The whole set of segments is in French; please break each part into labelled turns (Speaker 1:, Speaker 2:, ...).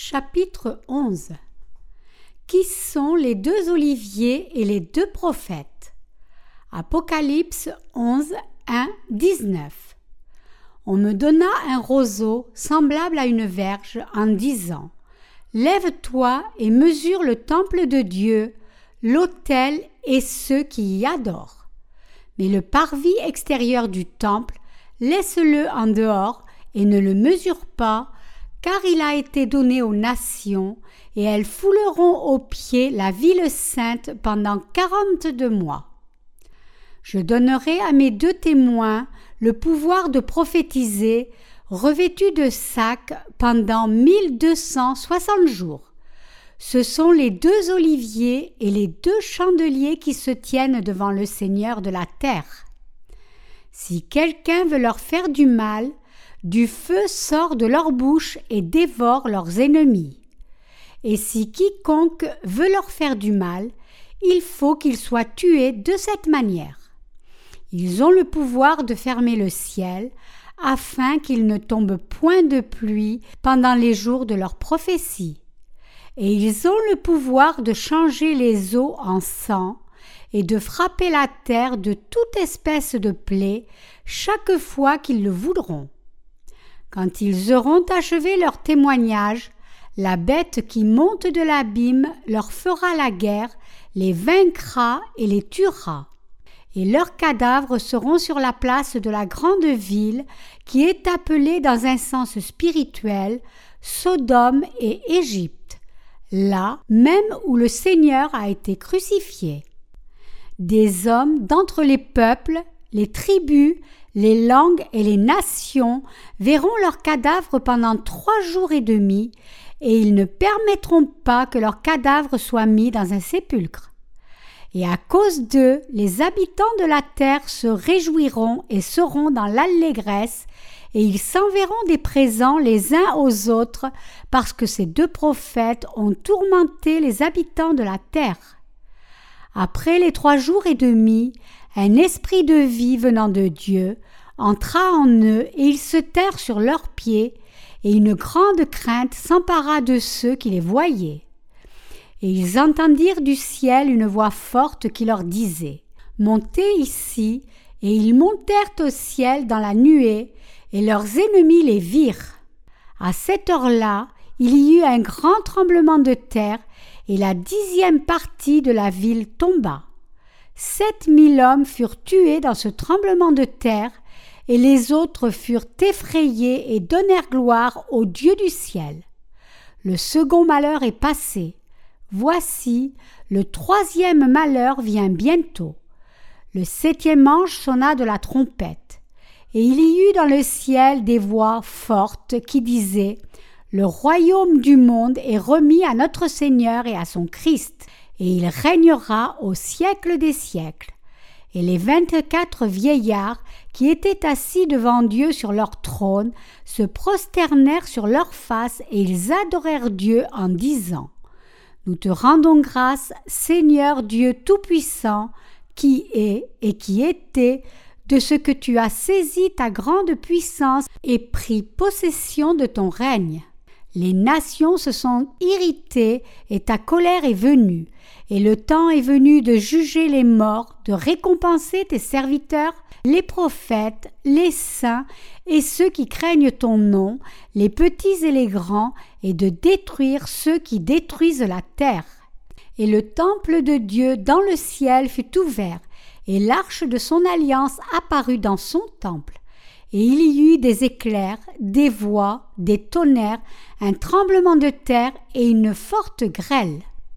Speaker 1: Chapitre 11. Qui sont les deux oliviers et les deux prophètes? Apocalypse 11, 1, 19. On me donna un roseau semblable à une verge en disant: Lève-toi et mesure le temple de Dieu, l'autel et ceux qui y adorent. Mais le parvis extérieur du temple, laisse-le en dehors et ne le mesure pas, car il a été donné aux nations, et elles fouleront aux pieds la ville sainte pendant 42 mois. Je donnerai à mes deux témoins le pouvoir de prophétiser, revêtus de sacs pendant 1260 jours. Ce sont les deux oliviers et les deux chandeliers qui se tiennent devant le Seigneur de la terre. Si quelqu'un veut leur faire du mal, du feu sort de leur bouche et dévore leurs ennemis. Et si quiconque veut leur faire du mal, il faut qu'ils soient tués de cette manière. Ils ont le pouvoir de fermer le ciel, afin qu'il ne tombe point de pluie pendant les jours de leur prophétie. Et ils ont le pouvoir de changer les eaux en sang, et de frapper la terre de toute espèce de plaie chaque fois qu'ils le voudront. Quand ils auront achevé leur témoignage, la bête qui monte de l'abîme leur fera la guerre, les vaincra et les tuera. Et leurs cadavres seront sur la place de la grande ville qui est appelée dans un sens spirituel Sodome et Égypte, là même où le Seigneur a été crucifié. Des hommes d'entre les peuples, les tribus, les langues et les nations verront leurs cadavres pendant 3 jours et demi, et ils ne permettront pas que leurs cadavres soient mis dans un sépulcre. Et à cause d'eux, les habitants de la terre se réjouiront et seront dans l'allégresse, et ils s'enverront des présents les uns aux autres, parce que ces deux prophètes ont tourmenté les habitants de la terre. Après les 3 jours et demi, un esprit de vie venant de Dieu entra en eux et ils se tinrent sur leurs pieds, et une grande crainte s'empara de ceux qui les voyaient. Et ils entendirent du ciel une voix forte qui leur disait: Montez ici, et ils montèrent au ciel dans la nuée, et leurs ennemis les virent. À cette heure-là, il y eut un grand tremblement de terre, et la 10e partie de la ville tomba. 7000 hommes furent tués dans ce tremblement de terre, et les autres furent effrayés et donnèrent gloire au Dieu du ciel. Le second malheur est passé. Voici, le 3e malheur vient bientôt. Le 7e ange sonna de la trompette, et il y eut dans le ciel des voix fortes qui disaient: Le royaume du monde est remis à notre Seigneur et à son Christ, et il régnera au siècle des siècles. Et les 24 vieillards qui étaient assis devant Dieu sur leur trône se prosternèrent sur leurs faces et ils adorèrent Dieu en disant: Nous te rendons grâce, Seigneur Dieu Tout-Puissant, qui est et qui était, de ce que tu as saisi ta grande puissance et pris possession de ton règne. Les nations se sont irritées et ta colère est venue, et le temps est venu de juger les morts, de récompenser tes serviteurs, les prophètes, les saints et ceux qui craignent ton nom, les petits et les grands, et de détruire ceux qui détruisent la terre. Et le temple de Dieu dans le ciel fut ouvert, et l'arche de son alliance apparut dans son temple. Et il y eut des éclairs, des voix, des tonnerres, un tremblement de terre et une forte grêle.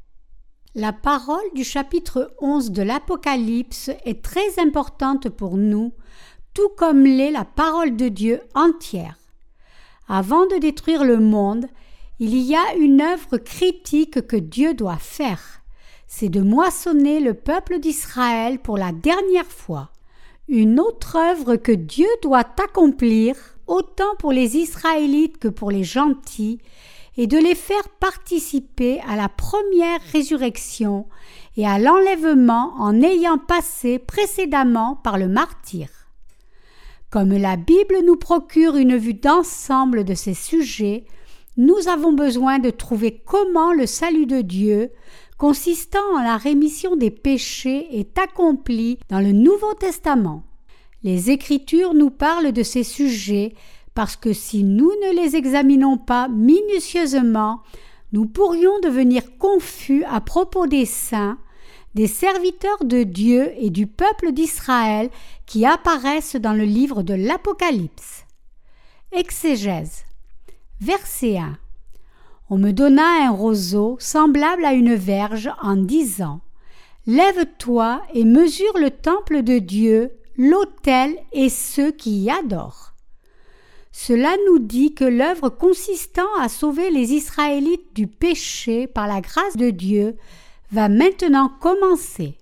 Speaker 1: La parole du chapitre 11 de l'Apocalypse est très importante pour nous, tout comme l'est la parole de Dieu entière. Avant de détruire le monde, il y a une œuvre critique que Dieu doit faire. C'est de moissonner le peuple d'Israël pour la dernière fois. Une autre œuvre que Dieu doit accomplir, autant pour les Israélites que pour les gentils, est de les faire participer à la première résurrection et à l'enlèvement en ayant passé précédemment par le martyre. Comme la Bible nous procure une vue d'ensemble de ces sujets, nous avons besoin de trouver comment le salut de Dieu, consistant en la rémission des péchés, est accompli dans le Nouveau Testament. Les Écritures nous parlent de ces sujets parce que si nous ne les examinons pas minutieusement, nous pourrions devenir confus à propos des saints, des serviteurs de Dieu et du peuple d'Israël qui apparaissent dans le livre de l'Apocalypse. Exégèse. Verset 1. On me donna un roseau semblable à une verge en disant « Lève-toi et mesure le temple de Dieu, l'autel et ceux qui y adorent. » Cela nous dit que l'œuvre consistant à sauver les Israélites du péché par la grâce de Dieu va maintenant commencer.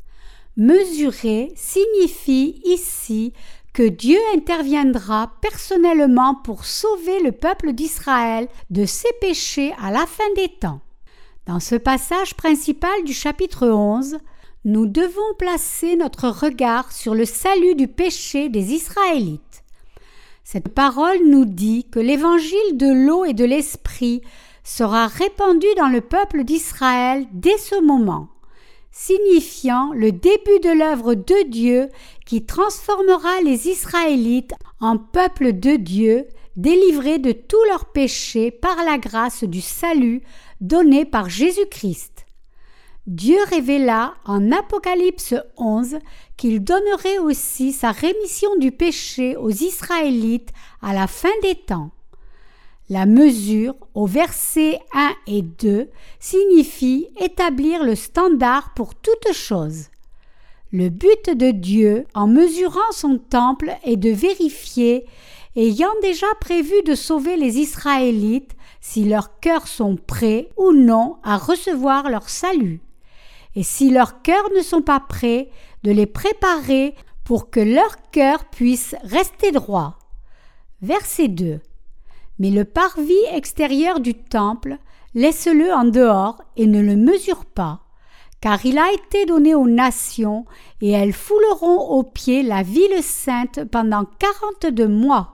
Speaker 1: Mesurer signifie ici que Dieu interviendra personnellement pour sauver le peuple d'Israël de ses péchés à la fin des temps. Dans ce passage principal du chapitre 11, nous devons placer notre regard sur le salut du péché des Israélites. Cette parole nous dit que l'évangile de l'eau et de l'esprit sera répandu dans le peuple d'Israël dès ce moment, signifiant le début de l'œuvre de Dieu qui transformera les Israélites en peuple de Dieu, délivrés de tous leurs péchés par la grâce du salut donné par Jésus-Christ. Dieu révéla en Apocalypse 11 qu'il donnerait aussi sa rémission du péché aux Israélites à la fin des temps. La mesure, au versets 1 et 2, signifie établir le standard pour toute chose. Le but de Dieu, en mesurant son temple, est de vérifier, ayant déjà prévu de sauver les Israélites, si leurs cœurs sont prêts ou non à recevoir leur salut. Et si leurs cœurs ne sont pas prêts, de les préparer pour que leur cœur puisse rester droit. Verset 2. Mais le parvis extérieur du temple, laisse-le en dehors et ne le mesure pas, car il a été donné aux nations et elles fouleront aux pieds la ville sainte pendant 42 mois.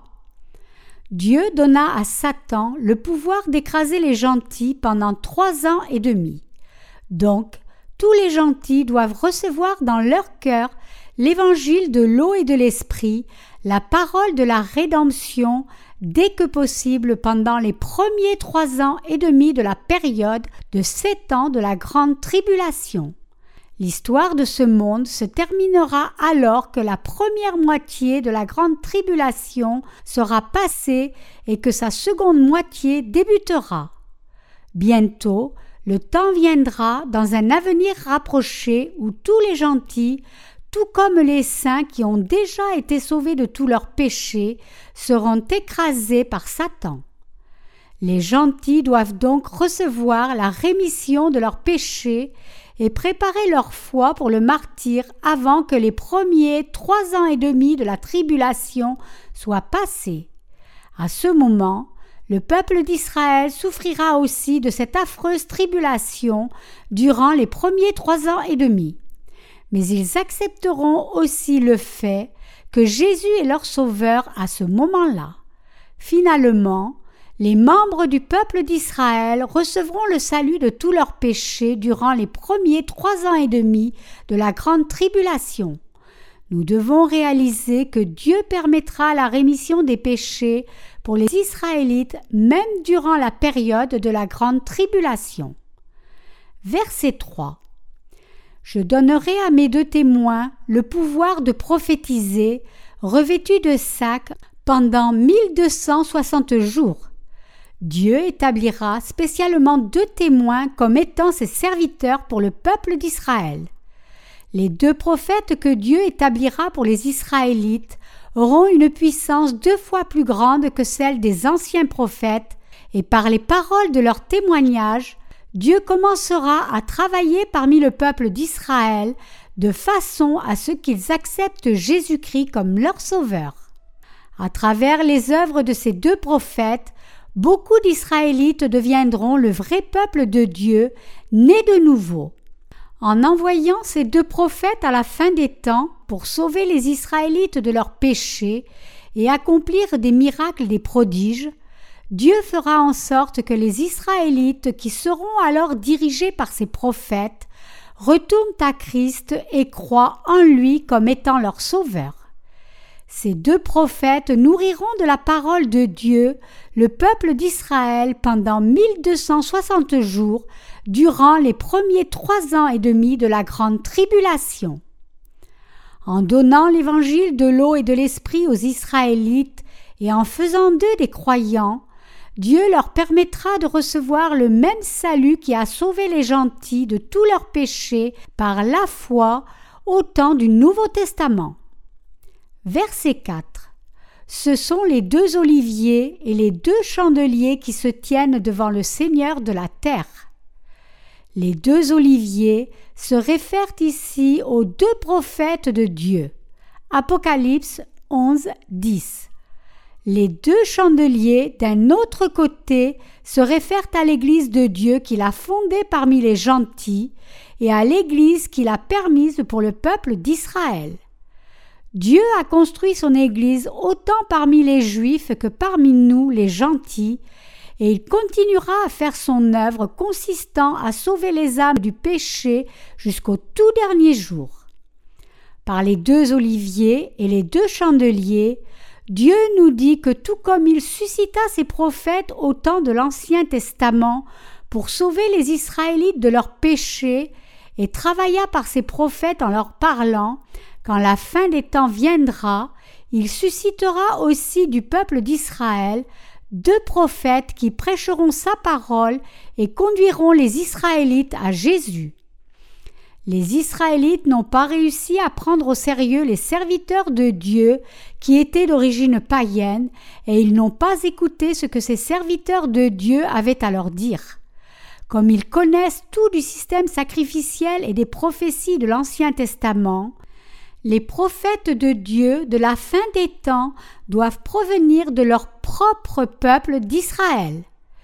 Speaker 1: Dieu donna à Satan le pouvoir d'écraser les gentils pendant 3 ans et demi. Donc, tous les gentils doivent recevoir dans leur cœur l'évangile de l'eau et de l'esprit, la parole de la rédemption, dès que possible pendant les premiers 3 ans et demi de la période de 7 ans de la grande tribulation. L'histoire de ce monde se terminera alors que la première moitié de la grande tribulation sera passée et que sa seconde moitié débutera. Bientôt, le temps viendra dans un avenir rapproché où tous les gentils, tout comme les saints qui ont déjà été sauvés de tous leurs péchés, seront écrasés par Satan. Les gentils doivent donc recevoir la rémission de leurs péchés et préparer leur foi pour le martyre avant que les premiers 3 ans et demi de la tribulation soient passés. À ce moment, le peuple d'Israël souffrira aussi de cette affreuse tribulation durant les premiers 3 ans et demi. Mais ils accepteront aussi le fait que Jésus est leur sauveur à ce moment-là. Finalement, les membres du peuple d'Israël recevront le salut de tous leurs péchés durant les premiers 3 ans et demi de la grande tribulation. Nous devons réaliser que Dieu permettra la rémission des péchés pour les Israélites même durant la période de la grande tribulation. Verset 3. Je donnerai à mes 2 témoins le pouvoir de prophétiser, revêtus de sacs, pendant 1260 jours. Dieu établira spécialement 2 témoins comme étant ses serviteurs pour le peuple d'Israël. Les 2 prophètes que Dieu établira pour les Israélites auront une puissance 2 fois plus grande que celle des anciens prophètes, et par les paroles de leur témoignage, Dieu commencera à travailler parmi le peuple d'Israël de façon à ce qu'ils acceptent Jésus-Christ comme leur sauveur. À travers les œuvres de ces 2 prophètes, beaucoup d'Israélites deviendront le vrai peuple de Dieu, né de nouveau. En envoyant ces 2 prophètes à la fin des temps pour sauver les Israélites de leurs péchés et accomplir des miracles et des prodiges, Dieu fera en sorte que les Israélites, qui seront alors dirigés par ces prophètes, retournent à Christ et croient en lui comme étant leur sauveur. Ces deux prophètes nourriront de la parole de Dieu le peuple d'Israël pendant 1260 jours durant les premiers 3 ans et demi de la grande tribulation. En donnant l'évangile de l'eau et de l'esprit aux Israélites et en faisant d'eux des croyants, Dieu leur permettra de recevoir le même salut qui a sauvé les gentils de tous leurs péchés par la foi au temps du Nouveau Testament. Verset 4. Ce sont les deux oliviers et les deux chandeliers qui se tiennent devant le Seigneur de la terre. Les deux oliviers se réfèrent ici aux deux prophètes de Dieu. Apocalypse 11, 10. Les deux chandeliers, d'un autre côté, se réfèrent à l'Église de Dieu qu'il a fondée parmi les gentils et à l'Église qu'il a permise pour le peuple d'Israël. Dieu a construit son Église autant parmi les Juifs que parmi nous, les gentils, et il continuera à faire son œuvre consistant à sauver les âmes du péché jusqu'au tout dernier jour. Par les deux oliviers et les deux chandeliers, Dieu nous dit que tout comme il suscita ses prophètes au temps de l'Ancien Testament pour sauver les Israélites de leurs péchés et travailla par ses prophètes en leur parlant, quand la fin des temps viendra, il suscitera aussi du peuple d'Israël deux prophètes qui prêcheront sa parole et conduiront les Israélites à Jésus. Les Israélites n'ont pas réussi à prendre au sérieux les serviteurs de Dieu qui étaient d'origine païenne et ils n'ont pas écouté ce que ces serviteurs de Dieu avaient à leur dire. Comme ils connaissent tout du système sacrificiel et des prophéties de l'Ancien Testament, les prophètes de Dieu de la fin des temps doivent provenir de leur propre peuple d'Israël.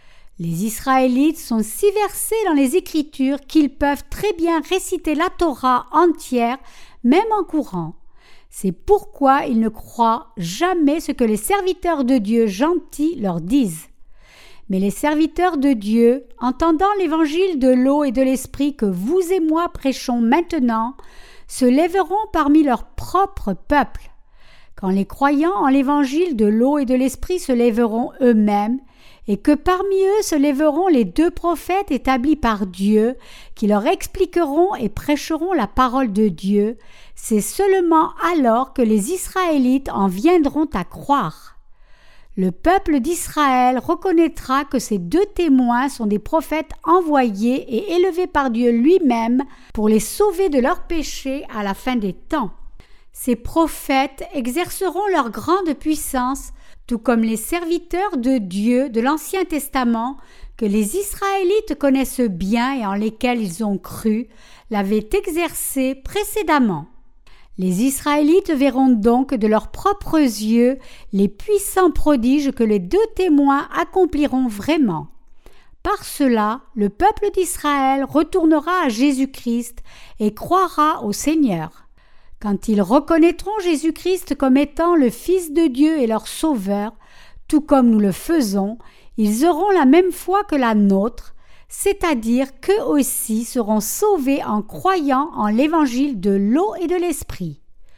Speaker 1: Les Israélites sont si versés dans les Écritures qu'ils peuvent très bien réciter la Torah entière, même en courant. C'est pourquoi ils ne croient jamais ce que les serviteurs de Dieu gentils leur disent. Mais les serviteurs de Dieu, entendant l'évangile de l'eau et de l'esprit que vous et moi prêchons maintenant, se lèveront parmi leur propre peuple. Quand les croyants en l'évangile de l'eau et de l'esprit se lèveront eux-mêmes, et que parmi eux se lèveront les deux prophètes établis par Dieu, qui leur expliqueront et prêcheront la parole de Dieu, c'est seulement alors que les Israélites en viendront à croire. Le peuple d'Israël reconnaîtra que ces deux témoins sont des prophètes envoyés et élevés par Dieu lui-même pour les sauver de leurs péchés à la fin des temps. Ces prophètes exerceront leur grande puissance, tout comme les serviteurs de Dieu de l'Ancien Testament que les Israélites connaissent bien et en lesquels ils ont cru, l'avaient exercé précédemment. Les Israélites verront donc de leurs propres yeux les puissants prodiges que les deux témoins accompliront vraiment. Par cela, le peuple d'Israël retournera à Jésus-Christ et croira au Seigneur. Quand ils reconnaîtront Jésus-Christ comme étant le Fils de Dieu et leur Sauveur, tout comme nous le faisons, ils auront la même foi que la nôtre, c'est-à-dire qu'eux aussi seront sauvés en croyant en l'évangile de l'eau et de l'esprit.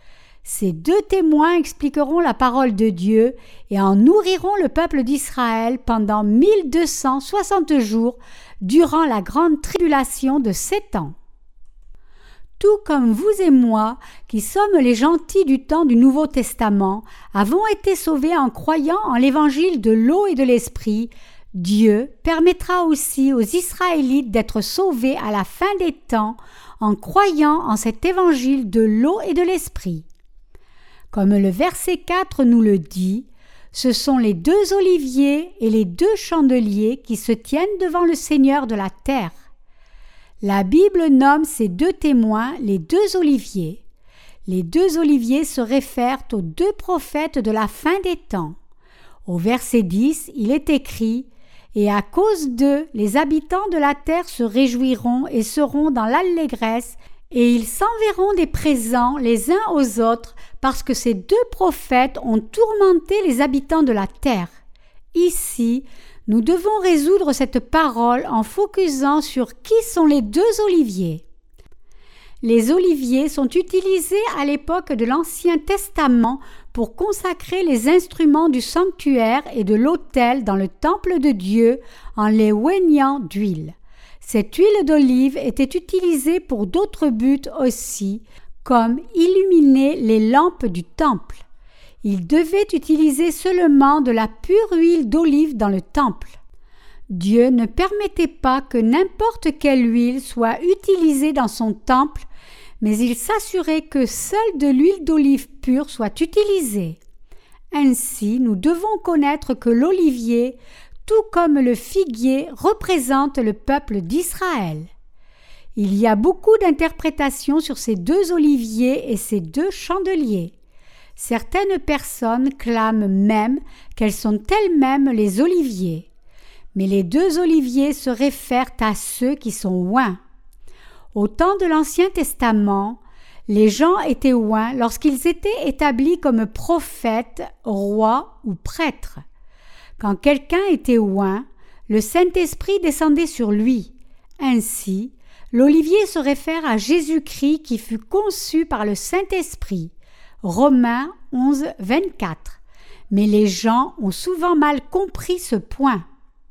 Speaker 1: Ces deux témoins expliqueront la parole de Dieu et en nourriront le peuple d'Israël pendant 1260 jours durant la grande tribulation de 7 ans. Tout comme vous et moi, qui sommes les gentils du temps du Nouveau Testament, avons été sauvés en croyant en l'évangile de l'eau et de l'esprit, Dieu permettra aussi aux Israélites d'être sauvés à la fin des temps en croyant en cet évangile de l'eau et de l'esprit. Comme le verset 4 nous le dit, ce sont les deux oliviers et les deux chandeliers qui se tiennent devant le Seigneur de la terre. La Bible nomme ces deux témoins les deux oliviers. Les deux oliviers se réfèrent aux deux prophètes de la fin des temps. Au verset 10, il est écrit « Et à cause d'eux, les habitants de la terre se réjouiront et seront dans l'allégresse, et ils s'enverront des présents les uns aux autres, parce que ces deux prophètes ont tourmenté les habitants de la terre. Ici, nous devons résoudre cette parole en focusant sur qui sont les 2 oliviers. Les oliviers sont utilisés à l'époque de l'Ancien Testament pour consacrer les instruments du sanctuaire et de l'autel dans le temple de Dieu en les oignant d'huile. Cette huile d'olive était utilisée pour d'autres buts aussi, comme illuminer les lampes du temple. Il devait utiliser seulement de la pure huile d'olive dans le temple. Dieu ne permettait pas que n'importe quelle huile soit utilisée dans son temple, mais il s'assurait que seule de l'huile d'olive pure soit utilisée. Ainsi, nous devons connaître que l'olivier, tout comme le figuier, représente le peuple d'Israël. Il y a beaucoup d'interprétations sur ces 2 oliviers et ces 2 chandeliers. Certaines personnes clament même qu'elles sont elles-mêmes les oliviers. Mais les 2 oliviers se réfèrent à ceux qui sont oints. Au temps de l'Ancien Testament, les gens étaient oints lorsqu'ils étaient établis comme prophètes, rois ou prêtres. Quand quelqu'un était oint, le Saint-Esprit descendait sur lui. Ainsi, l'olivier se réfère à Jésus-Christ qui fut conçu par le Saint-Esprit. Romains 11, 24. Mais les gens ont souvent mal compris ce point.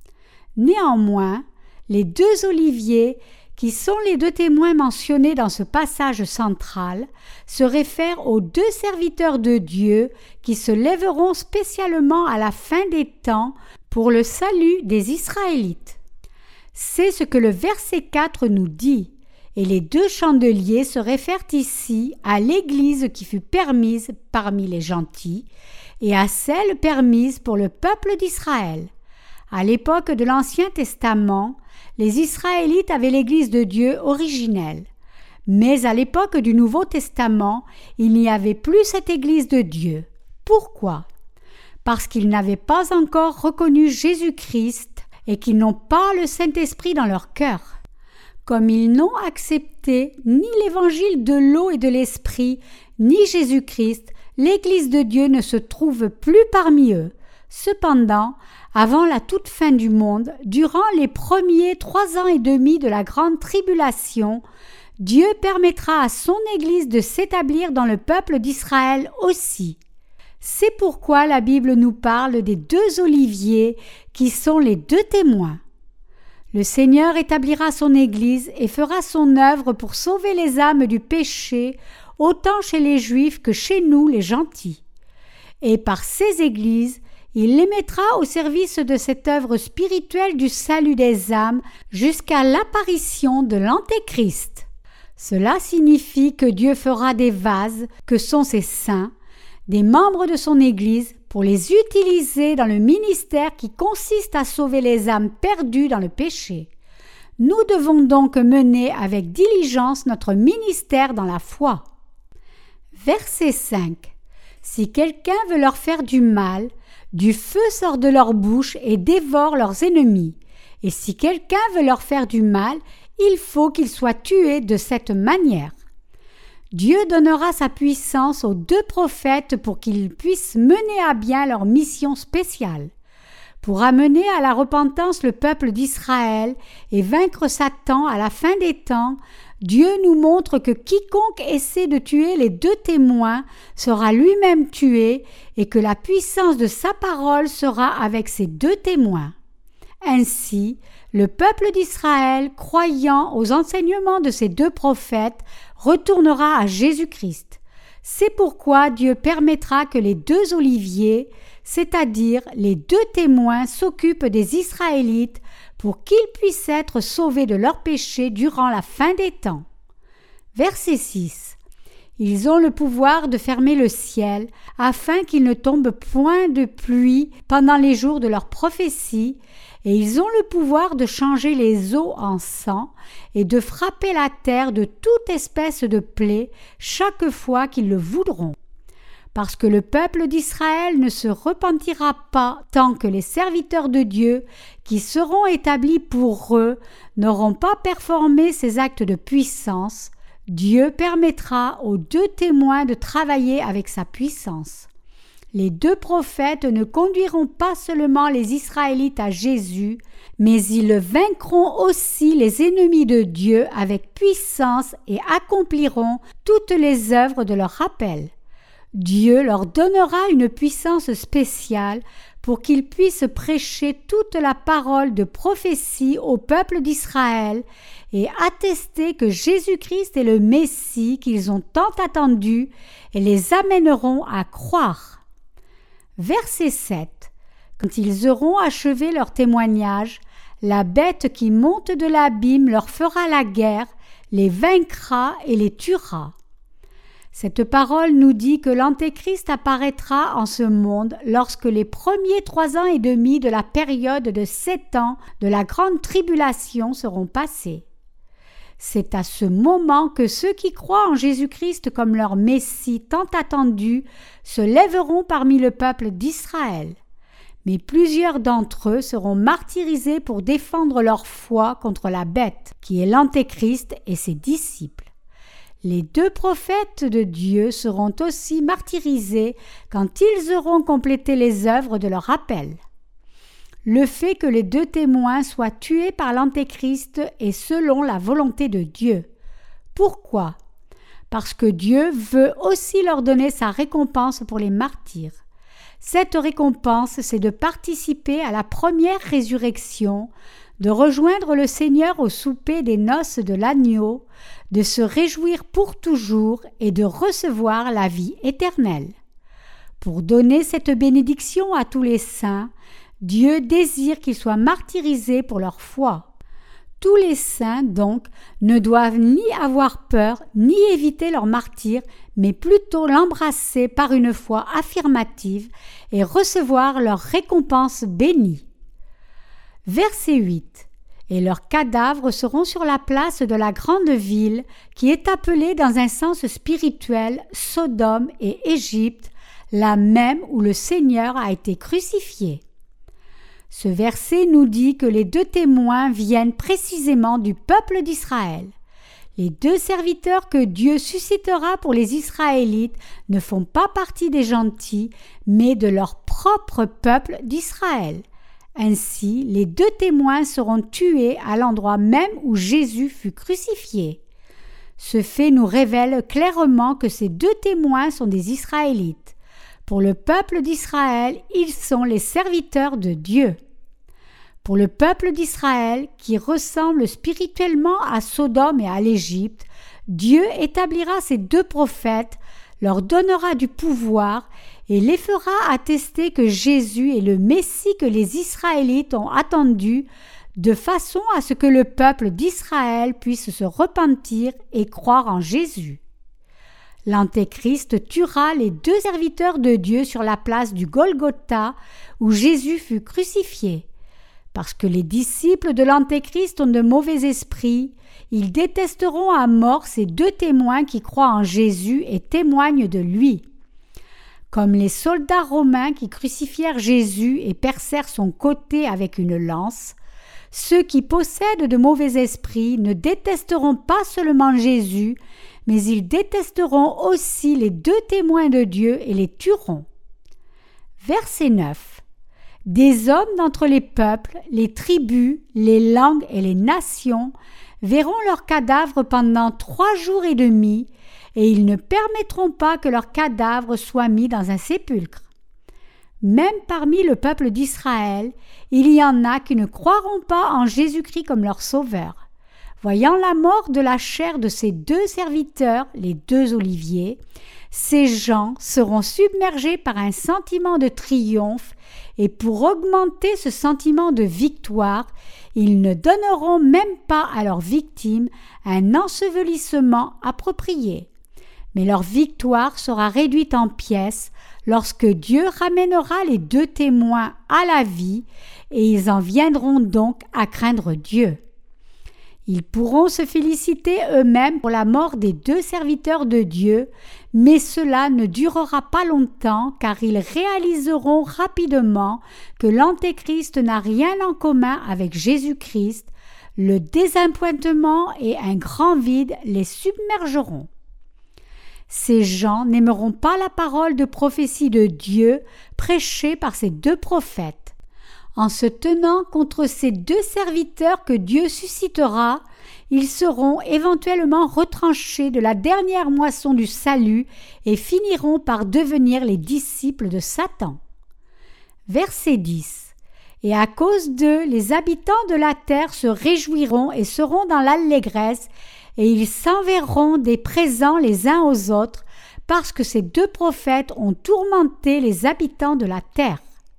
Speaker 1: Néanmoins, les 2 oliviers, qui sont les 2 témoins mentionnés dans ce passage central, se réfèrent aux 2 serviteurs de Dieu qui se lèveront spécialement à la fin des temps pour le salut des Israélites. C'est ce que le verset 4 nous dit, et les 2 chandeliers se réfèrent ici à l'Église qui fut permise parmi les gentils et à celle permise pour le peuple d'Israël. À l'époque de l'Ancien Testament, les Israélites avaient l'Église de Dieu originelle. Mais à l'époque du Nouveau Testament, il n'y avait plus cette Église de Dieu. Pourquoi? Parce qu'ils n'avaient pas encore reconnu Jésus-Christ et qu'ils n'ont pas le Saint-Esprit dans leur cœur. Comme ils n'ont accepté ni l'évangile de l'eau et de l'Esprit, ni Jésus-Christ, l'Église de Dieu ne se trouve plus parmi eux. Cependant, avant la toute fin du monde, durant les premiers 3 ans et demi de la grande tribulation, Dieu permettra à son Église de s'établir dans le peuple d'Israël aussi. C'est pourquoi la Bible nous parle des 2 oliviers qui sont les 2 témoins. Le Seigneur établira son Église et fera son œuvre pour sauver les âmes du péché, autant chez les Juifs que chez nous les gentils. Et par ces églises, il les mettra au service de cette œuvre spirituelle du salut des âmes jusqu'à l'apparition de l'Antéchrist. Cela signifie que Dieu fera des vases, que sont ses saints, des membres de son Église, pour les utiliser dans le ministère qui consiste à sauver les âmes perdues dans le péché. Nous devons donc mener avec diligence notre ministère dans la foi. Verset 5. Si quelqu'un veut leur faire du mal, du feu sort de leur bouche et dévore leurs ennemis. Et si quelqu'un veut leur faire du mal, il faut qu'il soit tué de cette manière. Dieu donnera sa puissance aux 2 prophètes pour qu'ils puissent mener à bien leur mission spéciale. Pour amener à la repentance le peuple d'Israël et vaincre Satan à la fin des temps, Dieu nous montre que quiconque essaie de tuer les 2 témoins sera lui-même tué et que la puissance de sa parole sera avec ces 2 témoins. Ainsi, le peuple d'Israël, croyant aux enseignements de ces 2 prophètes, retournera à Jésus-Christ. C'est pourquoi Dieu permettra que les 2 oliviers, c'est-à-dire les 2 témoins, s'occupent des Israélites pour qu'ils puissent être sauvés de leurs péchés durant la fin des temps. Verset 6. Ils ont le pouvoir de fermer le ciel afin qu'il ne tombe point de pluie pendant les jours de leur prophétie, et ils ont le pouvoir de changer les eaux en sang et de frapper la terre de toute espèce de plaie chaque fois qu'ils le voudront. Parce que le peuple d'Israël ne se repentira pas tant que les serviteurs de Dieu, qui seront établis pour eux, n'auront pas performé ces actes de puissance, Dieu permettra aux 2 témoins de travailler avec sa puissance. Les 2 prophètes ne conduiront pas seulement les Israélites à Jésus, mais ils vaincront aussi les ennemis de Dieu avec puissance et accompliront toutes les œuvres de leur rappel. Dieu leur donnera une puissance spéciale pour qu'ils puissent prêcher toute la parole de prophétie au peuple d'Israël et attester que Jésus-Christ est le Messie qu'ils ont tant attendu et les amèneront à croire. Verset 7. Quand ils auront achevé leur témoignage, la bête qui monte de l'abîme leur fera la guerre, les vaincra et les tuera. Cette parole nous dit que l'Antéchrist apparaîtra en ce monde lorsque les premiers 3 ans et demi de la période de 7 ans de la grande tribulation seront passés. C'est à ce moment que ceux qui croient en Jésus-Christ comme leur Messie tant attendu se lèveront parmi le peuple d'Israël. Mais plusieurs d'entre eux seront martyrisés pour défendre leur foi contre la bête, qui est l'Antéchrist et ses disciples. Les 2 prophètes de Dieu seront aussi martyrisés quand ils auront complété les œuvres de leur appel. Le fait que les 2 témoins soient tués par l'Antéchrist est selon la volonté de Dieu. Pourquoi? Parce que Dieu veut aussi leur donner sa récompense pour les martyrs. Cette récompense, c'est de participer à la première résurrection, de rejoindre le Seigneur au souper des noces de l'agneau, de se réjouir pour toujours et de recevoir la vie éternelle. Pour donner cette bénédiction à tous les saints, Dieu désire qu'ils soient martyrisés pour leur foi. Tous les saints, donc, ne doivent ni avoir peur, ni éviter leur martyr, mais plutôt l'embrasser par une foi affirmative et recevoir leur récompense bénie. Verset 8. Et leurs cadavres seront sur la place de la grande ville, qui est appelée dans un sens spirituel Sodome et Égypte, la même où le Seigneur a été crucifié. Ce verset nous dit que les 2 témoins viennent précisément du peuple d'Israël. Les 2 serviteurs que Dieu suscitera pour les Israélites ne font pas partie des gentils, mais de leur propre peuple d'Israël. Ainsi, les 2 témoins seront tués à l'endroit même où Jésus fut crucifié. Ce fait nous révèle clairement que ces 2 témoins sont des Israélites. Pour le peuple d'Israël, ils sont les serviteurs de Dieu. Pour le peuple d'Israël, qui ressemble spirituellement à Sodome et à l'Égypte, Dieu établira ces 2 prophètes, leur donnera du pouvoir et les fera attester que Jésus est le Messie que les Israélites ont attendu, de façon à ce que le peuple d'Israël puisse se repentir et croire en Jésus. L'Antéchrist tuera les 2 serviteurs de Dieu sur la place du Golgotha où Jésus fut crucifié. Parce que les disciples de l'Antéchrist ont de mauvais esprits, ils détesteront à mort ces 2 témoins qui croient en Jésus et témoignent de lui. Comme les soldats romains qui crucifièrent Jésus et percèrent son côté avec une lance, ceux qui possèdent de mauvais esprits ne détesteront pas seulement Jésus, mais ils détesteront aussi les 2 témoins de Dieu et les tueront. Verset 9. Des hommes d'entre les peuples, les tribus, les langues et les nations verront leurs cadavres pendant 3 jours et demi, et ils ne permettront pas que leurs cadavres soient mis dans un sépulcre. Même parmi le peuple d'Israël, il y en a qui ne croiront pas en Jésus-Christ comme leur sauveur. Voyant la mort de la chair de ces 2 serviteurs, les 2 oliviers, ces gens seront submergés par un sentiment de triomphe et pour augmenter ce sentiment de victoire, ils ne donneront même pas à leurs victimes un ensevelissement approprié. Mais leur victoire sera réduite en pièces lorsque Dieu ramènera les 2 témoins à la vie et ils en viendront donc à craindre Dieu. Ils pourront se féliciter eux-mêmes pour la mort des 2 serviteurs de Dieu, mais cela ne durera pas longtemps car ils réaliseront rapidement que l'Antéchrist n'a rien en commun avec Jésus-Christ, le désappointement et un grand vide les submergeront. Ces gens n'aimeront pas la parole de prophétie de Dieu prêchée par ces 2 prophètes. En se tenant contre ces 2 serviteurs que Dieu suscitera, ils seront éventuellement retranchés de la dernière moisson du salut et finiront par devenir les disciples de Satan. Verset 10. Et à cause d'eux, les habitants de la terre se réjouiront et seront dans l'allégresse, et ils s'enverront des présents les uns aux autres, parce que ces 2 prophètes ont tourmenté les habitants de la terre.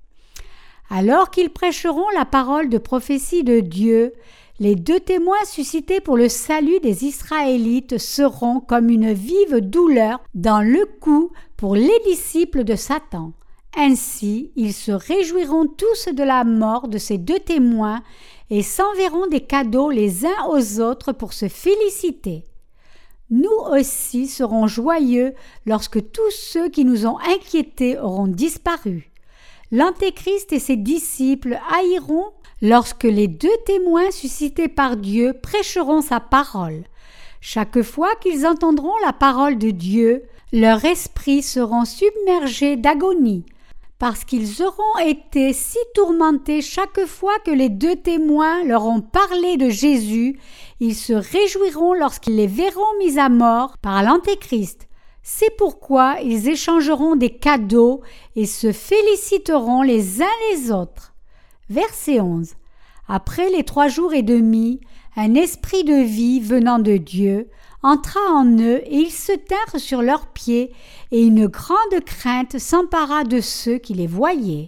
Speaker 1: Alors qu'ils prêcheront la parole de prophétie de Dieu, les 2 témoins suscités pour le salut des Israélites seront comme une vive douleur dans le cou pour les disciples de Satan. Ainsi, ils se réjouiront tous de la mort de ces 2 témoins et s'enverront des cadeaux les uns aux autres pour se féliciter. Nous aussi serons joyeux lorsque tous ceux qui nous ont inquiétés auront disparu. L'Antéchrist et ses disciples haïront lorsque les 2 témoins suscités par Dieu prêcheront sa parole. Chaque fois qu'ils entendront la parole de Dieu, leurs esprits seront submergés d'agonie, parce qu'ils auront été si tourmentés chaque fois que les 2 témoins leur ont parlé de Jésus, ils se réjouiront lorsqu'ils les verront mis à mort par l'Antéchrist. C'est pourquoi ils échangeront des cadeaux et se féliciteront les uns les autres. Verset 11. Après les 3 jours et demi, un esprit de vie venant de Dieu entra en eux et ils se tinrent sur leurs pieds et une grande crainte s'empara de ceux qui les voyaient.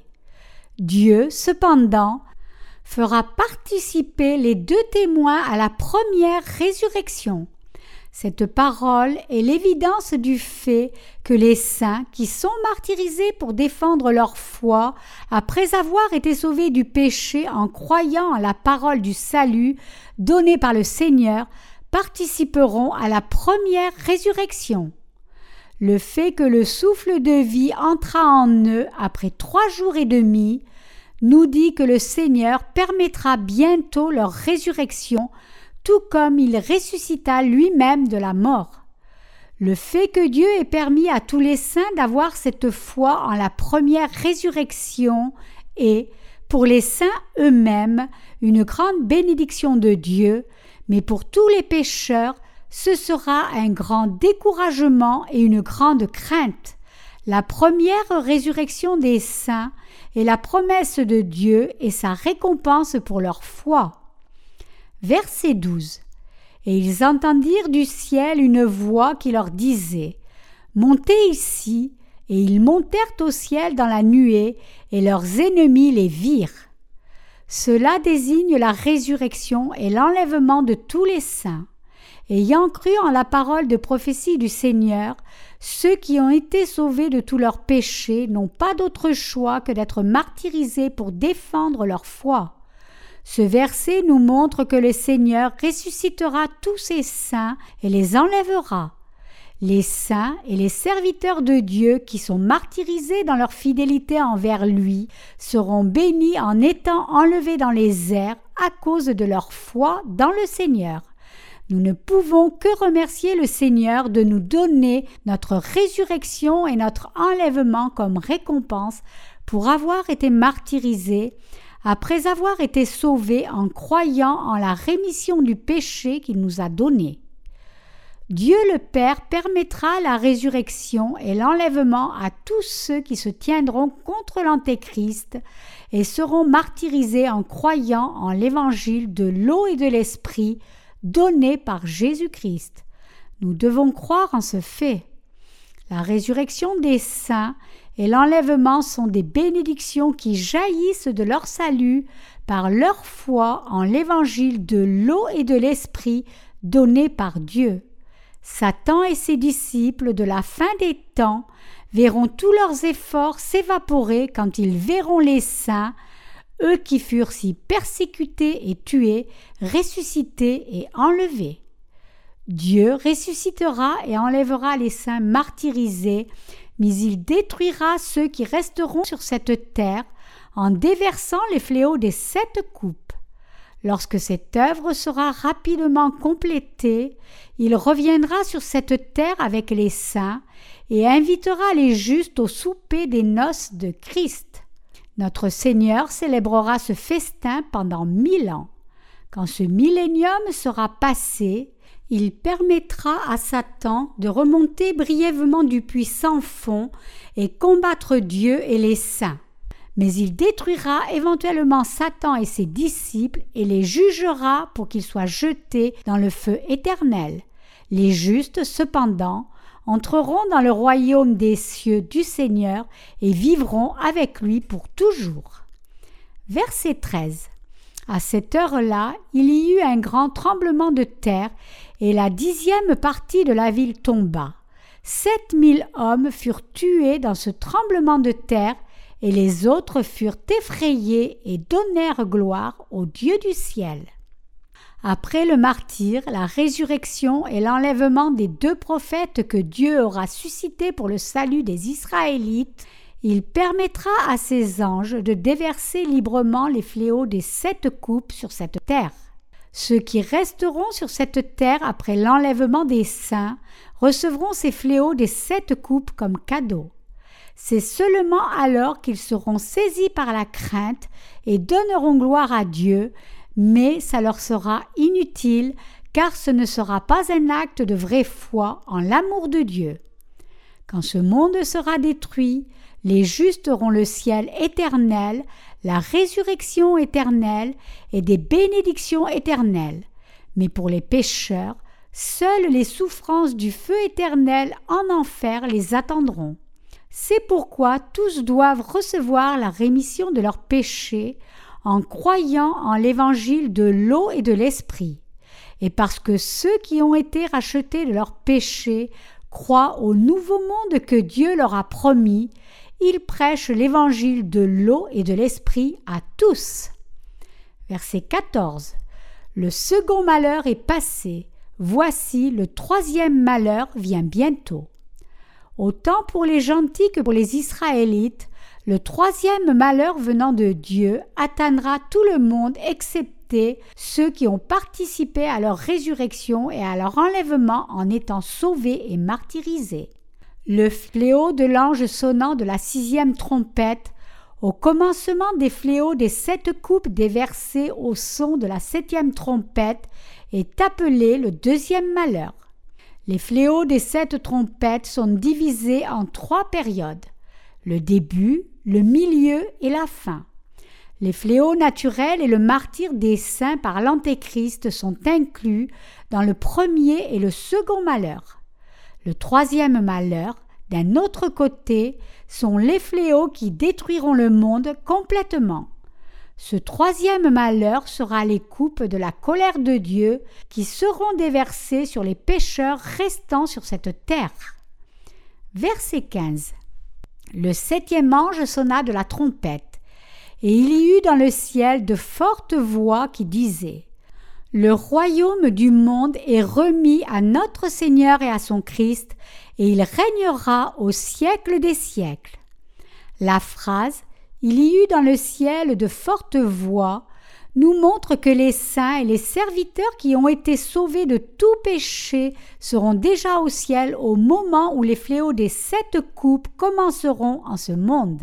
Speaker 1: Dieu, cependant, fera participer les 2 témoins à la première résurrection. Cette parole est l'évidence du fait que les saints qui sont martyrisés pour défendre leur foi, après avoir été sauvés du péché en croyant à la parole du salut donnée par le Seigneur, participeront à la première résurrection. Le fait que le souffle de vie entra en eux après 3 jours et demi nous dit que le Seigneur permettra bientôt leur résurrection, tout comme il ressuscita lui-même de la mort. Le fait que Dieu ait permis à tous les saints d'avoir cette foi en la première résurrection est, pour les saints eux-mêmes, une grande bénédiction de Dieu, mais pour tous les pécheurs, ce sera un grand découragement et une grande crainte. La première résurrection des saints est la promesse de Dieu et sa récompense pour leur foi. Verset 12. Et ils entendirent du ciel une voix qui leur disait « Montez ici », et ils montèrent au ciel dans la nuée, et leurs ennemis les virent. Cela désigne la résurrection et l'enlèvement de tous les saints. Ayant cru en la parole de prophétie du Seigneur, ceux qui ont été sauvés de tous leurs péchés n'ont pas d'autre choix que d'être martyrisés pour défendre leur foi. Ce verset nous montre que le Seigneur ressuscitera tous ses saints et les enlèvera. Les saints et les serviteurs de Dieu qui sont martyrisés dans leur fidélité envers lui seront bénis en étant enlevés dans les airs à cause de leur foi dans le Seigneur. Nous ne pouvons que remercier le Seigneur de nous donner notre résurrection et notre enlèvement comme récompense pour avoir été martyrisés après avoir été sauvés en croyant en la rémission du péché qu'il nous a donné. Dieu le Père permettra la résurrection et l'enlèvement à tous ceux qui se tiendront contre l'Antéchrist et seront martyrisés en croyant en l'évangile de l'eau et de l'esprit donné par Jésus-Christ. Nous devons croire en ce fait. La résurrection des saints et l'enlèvement sont des bénédictions qui jaillissent de leur salut par leur foi en l'évangile de l'eau et de l'esprit donné par Dieu. Satan et ses disciples de la fin des temps verront tous leurs efforts s'évaporer quand ils verront les saints, eux qui furent si persécutés et tués, ressuscités et enlevés. Dieu ressuscitera et enlèvera les saints martyrisés, mais il détruira ceux qui resteront sur cette terre en déversant les fléaux des 7 coupes. Lorsque cette œuvre sera rapidement complétée, il reviendra sur cette terre avec les saints et invitera les justes au souper des noces de Christ. Notre Seigneur célébrera ce festin pendant 1000 ans. Quand ce millénium sera passé, il permettra à Satan de remonter brièvement du puits sans fond et combattre Dieu et les saints. Mais il détruira éventuellement Satan et ses disciples et les jugera pour qu'ils soient jetés dans le feu éternel. Les justes, cependant, entreront dans le royaume des cieux du Seigneur et vivront avec lui pour toujours. Verset 13. À cette heure-là, il y eut un grand tremblement de terre et la 10e partie de la ville tomba. 7000 hommes furent tués dans ce tremblement de terre et les autres furent effrayés et donnèrent gloire au Dieu du ciel. Après le martyre, la résurrection et l'enlèvement des 2 prophètes que Dieu aura suscités pour le salut des Israélites, il permettra à ses anges de déverser librement les fléaux des 7 coupes sur cette terre. Ceux qui resteront sur cette terre après l'enlèvement des saints recevront ces fléaux des 7 coupes comme cadeau. C'est seulement alors qu'ils seront saisis par la crainte et donneront gloire à Dieu, mais ça leur sera inutile car ce ne sera pas un acte de vraie foi en l'amour de Dieu. Quand ce monde sera détruit, les justes auront le ciel éternel, la résurrection éternelle et des bénédictions éternelles. Mais pour les pécheurs, seules les souffrances du feu éternel en enfer les attendront. C'est pourquoi tous doivent recevoir la rémission de leurs péchés en croyant en l'évangile de l'eau et de l'esprit. Et parce que ceux qui ont été rachetés de leurs péchés croient au nouveau monde que Dieu leur a promis, ils prêchent l'évangile de l'eau et de l'esprit à tous. Verset 14. Le second malheur est passé. Voici, le 3e malheur vient bientôt. Autant pour les gentils que pour les Israélites, le 3e malheur venant de Dieu atteindra tout le monde excepté ceux qui ont participé à leur résurrection et à leur enlèvement en étant sauvés et martyrisés. Le fléau de l'ange sonnant de la 6e trompette, au commencement des fléaux des 7 coupes déversées au son de la 7e trompette, est appelé le 2e malheur. Les fléaux des 7 trompettes sont divisés en 3 périodes, le début, le milieu et la fin. Les fléaux naturels et le martyre des saints par l'Antéchrist sont inclus dans le 1er et le 2nd malheur. Le 3e malheur, d'un autre côté, sont les fléaux qui détruiront le monde complètement. Ce 3e malheur sera les coupes de la colère de Dieu qui seront déversées sur les pécheurs restant sur cette terre. Verset 15. Le 7e ange sonna de la trompette, et il y eut dans le ciel de fortes voix qui disaient « Le royaume du monde est remis à notre Seigneur et à son Christ, et il régnera au siècle des siècles. » La phrase « Il y eut dans le ciel de fortes voix » nous montre que les saints et les serviteurs qui ont été sauvés de tout péché seront déjà au ciel au moment où les fléaux des 7 coupes commenceront en ce monde.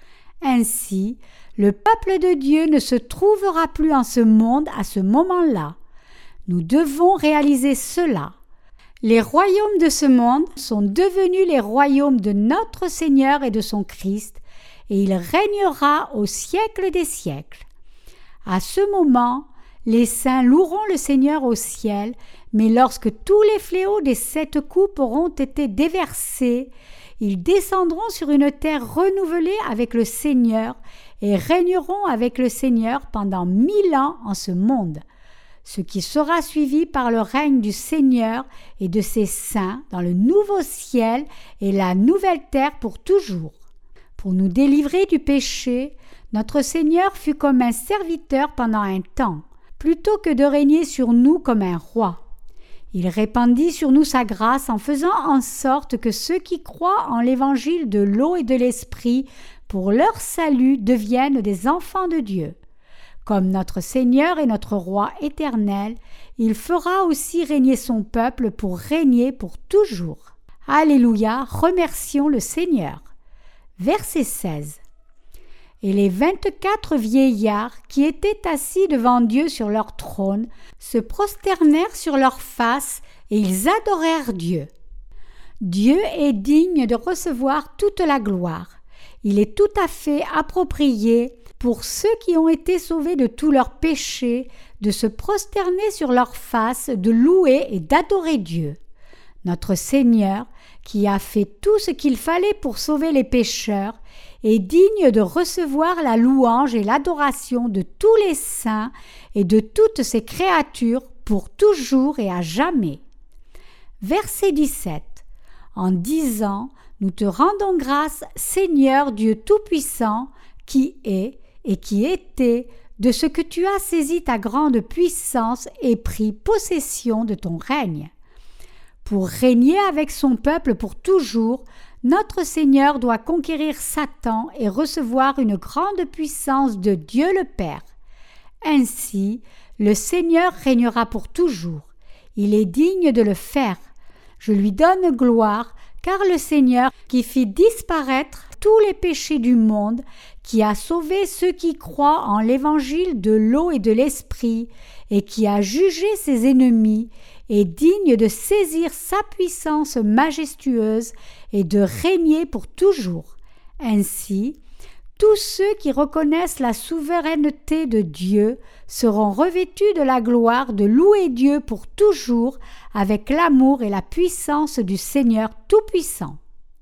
Speaker 1: Ainsi, le peuple de Dieu ne se trouvera plus en ce monde à ce moment-là. Nous devons réaliser cela. Les royaumes de ce monde sont devenus les royaumes de notre Seigneur et de son Christ, et il régnera au siècle des siècles. À ce moment, les saints loueront le Seigneur au ciel, mais lorsque tous les fléaux des 7 coupes auront été déversés, ils descendront sur une terre renouvelée avec le Seigneur et régneront avec le Seigneur pendant 1000 ans en ce monde, ce qui sera suivi par le règne du Seigneur et de ses saints dans le nouveau ciel et la nouvelle terre pour toujours. Pour nous délivrer du péché, notre Seigneur fut comme un serviteur pendant un temps, plutôt que de régner sur nous comme un roi. Il répandit sur nous sa grâce en faisant en sorte que ceux qui croient en l'évangile de l'eau et de l'esprit pour leur salut deviennent des enfants de Dieu. Comme notre Seigneur et notre Roi éternel, il fera aussi régner son peuple pour régner pour toujours. Alléluia, remercions le Seigneur. Verset 16. Et les 24 vieillards qui étaient assis devant Dieu sur leur trône se prosternèrent sur leurs faces et ils adorèrent Dieu. Dieu est digne de recevoir toute la gloire. Il est tout à fait approprié pour ceux qui ont été sauvés de tous leurs péchés de se prosterner sur leurs faces, de louer et d'adorer Dieu. Notre Seigneur, qui a fait tout ce qu'il fallait pour sauver les pécheurs, est digne de recevoir la louange et l'adoration de tous les saints et de toutes ses créatures pour toujours et à jamais. Verset 17. En disant, nous te rendons grâce, Seigneur Dieu Tout-Puissant, qui est et qui était, de ce que tu as saisi ta grande puissance et pris possession de ton règne. Pour régner avec son peuple pour toujours, notre Seigneur doit conquérir Satan et recevoir une grande puissance de Dieu le Père. Ainsi, le Seigneur régnera pour toujours. Il est digne de le faire. Je lui donne gloire, car le Seigneur, qui fit disparaître tous les péchés du monde, qui a sauvé ceux qui croient en l'évangile de l'eau et de l'esprit, et qui a jugé ses ennemis, est digne de saisir sa puissance majestueuse et de régner pour toujours. Ainsi, tous ceux qui reconnaissent la souveraineté de Dieu seront revêtus de la gloire de louer Dieu pour toujours avec l'amour et la puissance du Seigneur Tout-Puissant.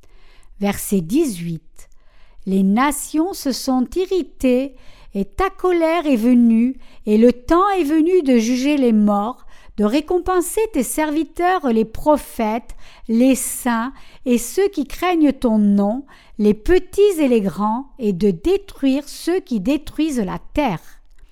Speaker 1: Verset 18. Les nations se sont irritées et ta colère est venue et le temps est venu de juger les morts, de récompenser tes serviteurs les prophètes, les saints et ceux qui craignent ton nom, les petits et les grands, et de détruire ceux qui détruisent la terre.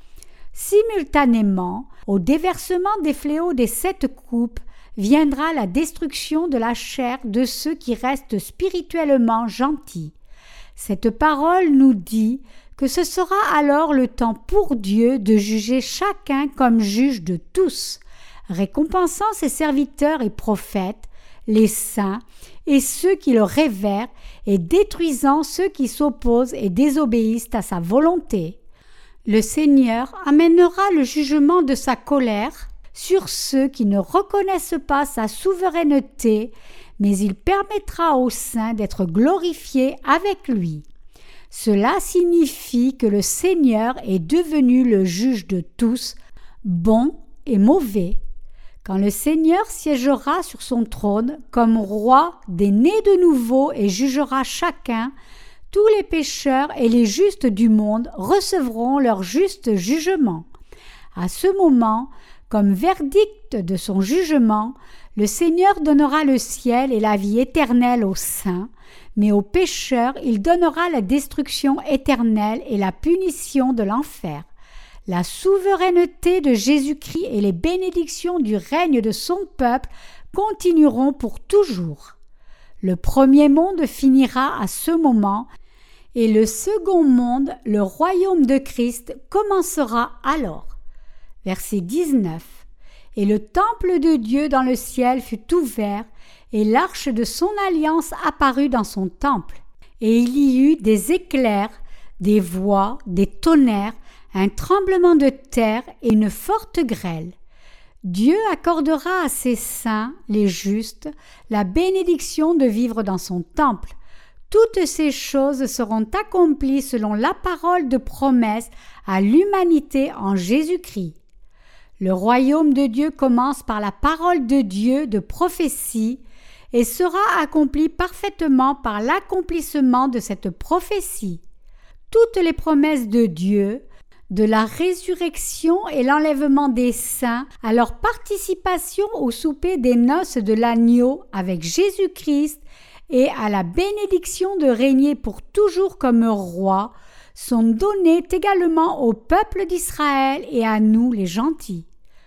Speaker 1: Simultanément, au déversement des fléaux des 7 coupes, viendra la destruction de la chair de ceux qui restent spirituellement gentils. Cette parole nous dit que ce sera alors le temps pour Dieu de juger chacun comme juge de tous, récompensant ses serviteurs et prophètes, les saints et ceux qui le révèrent, et détruisant ceux qui s'opposent et désobéissent à sa volonté. Le Seigneur amènera le jugement de sa colère sur ceux qui ne reconnaissent pas sa souveraineté, mais il permettra aux saints d'être glorifiés avec lui. Cela signifie que le Seigneur est devenu le juge de tous, bon et mauvais. Quand le Seigneur siégera sur son trône comme roi des nés de nouveau et jugera chacun, tous les pécheurs et les justes du monde recevront leur juste jugement. À ce moment, comme verdict de son jugement, le Seigneur donnera le ciel et la vie éternelle aux saints, mais aux pécheurs il donnera la destruction éternelle et la punition de l'enfer. La souveraineté de Jésus-Christ et les bénédictions du règne de son peuple continueront pour toujours. Le premier monde finira à ce moment, et le second monde, le royaume de Christ, commencera alors. Verset 19. Et le temple de Dieu dans le ciel fut ouvert, et l'arche de son alliance apparut dans son temple. Et il y eut des éclairs, des voix, des tonnerres, un tremblement de terre et une forte grêle. Dieu accordera à ses saints, les justes, la bénédiction de vivre dans son temple. Toutes ces choses seront accomplies selon la parole de promesse à l'humanité en Jésus-Christ. Le royaume de Dieu commence par la parole de Dieu de prophétie et sera accompli parfaitement par l'accomplissement de cette prophétie. Toutes les promesses de Dieu, de la résurrection et l'enlèvement des saints à leur participation au souper des noces de l'agneau avec Jésus-Christ et à la bénédiction de régner pour toujours comme roi, sont données également au peuple d'Israël et à nous les gentils.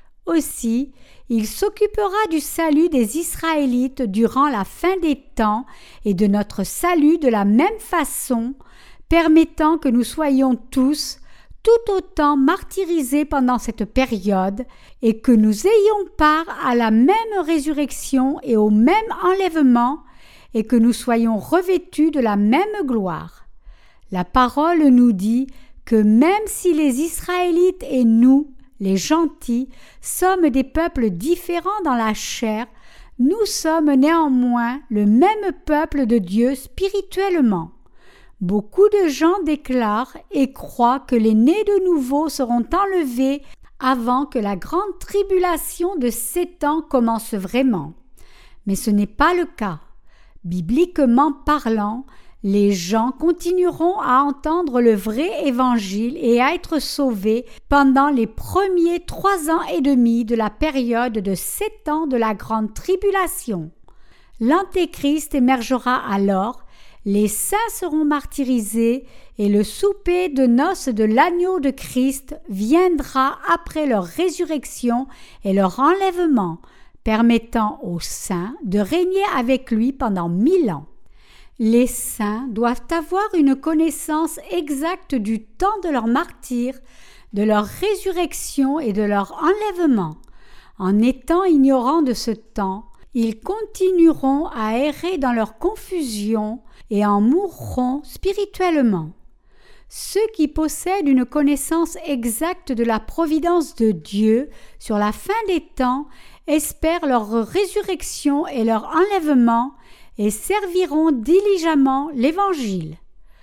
Speaker 1: Aussi, il s'occupera du salut des Israélites durant la fin des temps et de notre salut de la même façon, permettant que nous soyons tous, tout autant martyrisés pendant cette période et que nous ayons part à la même résurrection et au même enlèvement et que nous soyons revêtus de la même gloire. La parole nous dit que même si les Israélites et nous, les gentils, sommes des peuples différents dans la chair, nous sommes néanmoins le même peuple de Dieu spirituellement. Beaucoup de gens déclarent et croient que les nés de nouveau seront enlevés avant que la grande tribulation de 7 ans commence vraiment. Mais ce n'est pas le cas. Bibliquement parlant, les gens continueront à entendre le vrai évangile et à être sauvés pendant les premiers 3 ans et demi de la période de 7 ans de la grande tribulation. L'Antéchrist émergera alors, les saints seront martyrisés et le souper de noces de l'agneau de Christ viendra après leur résurrection et leur enlèvement, permettant aux saints de régner avec lui pendant 1000 ans. Les saints doivent avoir une connaissance exacte du temps de leur martyre, de leur résurrection et de leur enlèvement. En étant ignorants de ce temps, ils continueront à errer dans leur confusion et en mourront spirituellement. Ceux qui possèdent une connaissance exacte de la providence de Dieu sur la fin des temps espèrent leur résurrection et leur enlèvement et serviront diligemment l'Évangile.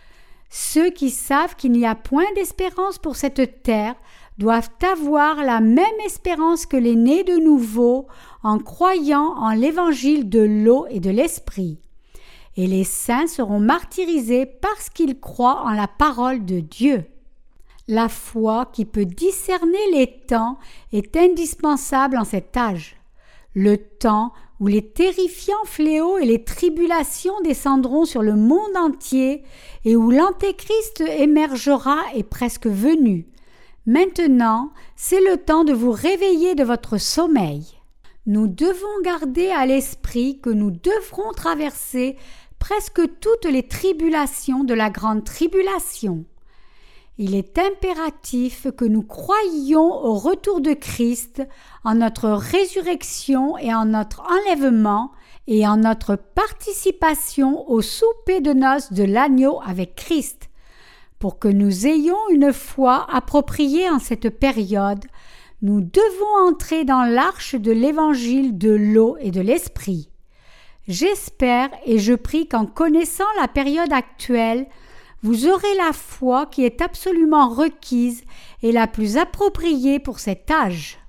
Speaker 1: Ceux qui savent qu'il n'y a point d'espérance pour cette terre doivent avoir la même espérance que les nés de nouveau en croyant en l'Évangile de l'eau et de l'Esprit. Et les saints seront martyrisés parce qu'ils croient en la parole de Dieu. La foi qui peut discerner les temps est indispensable en cet âge. Le temps où les terrifiants fléaux et les tribulations descendront sur le monde entier et où l'Antéchrist émergera est presque venu. Maintenant, c'est le temps de vous réveiller de votre sommeil. Nous devons garder à l'esprit que nous devrons traverser presque toutes les tribulations de la grande tribulation. Il est impératif que nous croyions au retour de Christ, en notre résurrection et en notre enlèvement, et en notre participation au souper de noces de l'agneau avec Christ. Pour que nous ayons une foi appropriée en cette période, nous devons entrer dans l'arche de l'évangile de l'eau et de l'esprit. J'espère et je prie qu'en connaissant la période actuelle, vous aurez la foi qui est absolument requise et la plus appropriée pour cet âge.